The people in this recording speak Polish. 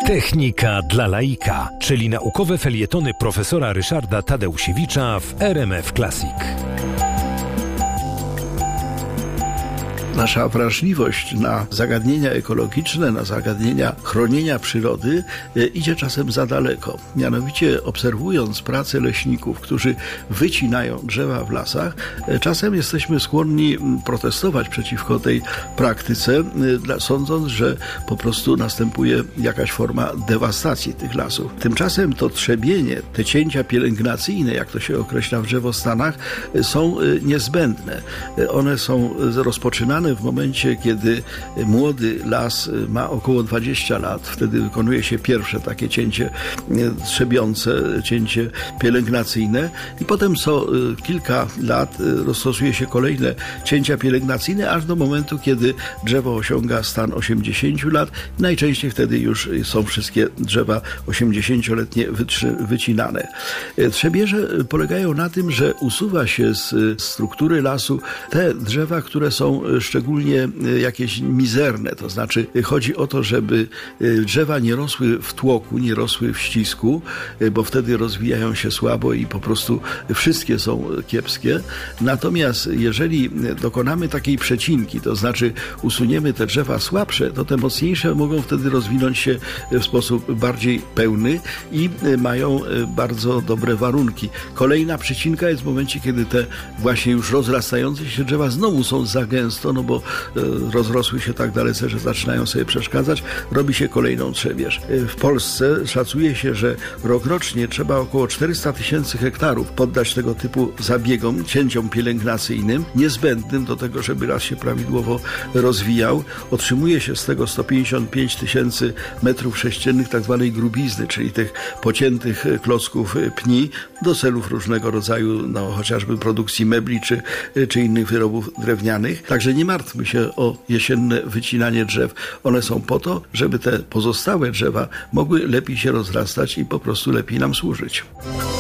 Technika dla laika, czyli naukowe felietony profesora Ryszarda Tadeusiewicza w RMF Classic. Nasza wrażliwość na zagadnienia ekologiczne, na zagadnienia chronienia przyrody idzie czasem za daleko. Mianowicie obserwując pracę leśników, którzy wycinają drzewa w lasach, czasem jesteśmy skłonni protestować przeciwko tej praktyce, sądząc, że po prostu następuje jakaś forma dewastacji tych lasów. Tymczasem to trzebienie, te cięcia pielęgnacyjne, jak to się określa w drzewostanach, są niezbędne. One są rozpoczynane w momencie, kiedy młody las ma około 20 lat. Wtedy wykonuje się pierwsze takie cięcie trzebiące, cięcie pielęgnacyjne i potem co kilka lat stosuje się kolejne cięcia pielęgnacyjne, aż do momentu, kiedy drzewo osiąga stan 80 lat. Najczęściej wtedy już są wszystkie drzewa 80-letnie wycinane. Trzebieże polegają na tym, że usuwa się z struktury lasu te drzewa, które są szczególnie jakieś mizerne, to znaczy chodzi o to, żeby drzewa nie rosły w tłoku, nie rosły w ścisku, bo wtedy rozwijają się słabo i po prostu wszystkie są kiepskie. Natomiast jeżeli dokonamy takiej przecinki, to znaczy usuniemy te drzewa słabsze, to te mocniejsze mogą wtedy rozwinąć się w sposób bardziej pełny i mają bardzo dobre warunki. Kolejna przecinka jest w momencie, kiedy te właśnie już rozrastające się drzewa znowu są za gęsto, no bo rozrosły się tak dalece, że zaczynają sobie przeszkadzać, robi się kolejną trzebież. W Polsce szacuje się, że rokrocznie trzeba około 400 000 hektarów poddać tego typu zabiegom, cięciom pielęgnacyjnym, niezbędnym do tego, żeby las się prawidłowo rozwijał. Otrzymuje się z tego 155 000 metrów sześciennych tak zwanej grubizny, czyli tych pociętych klocków pni do celów różnego rodzaju, no chociażby produkcji mebli czy innych wyrobów drewnianych. Także nie martwmy się o jesienne wycinanie drzew. One są po to, żeby te pozostałe drzewa mogły lepiej się rozrastać i po prostu lepiej nam służyć.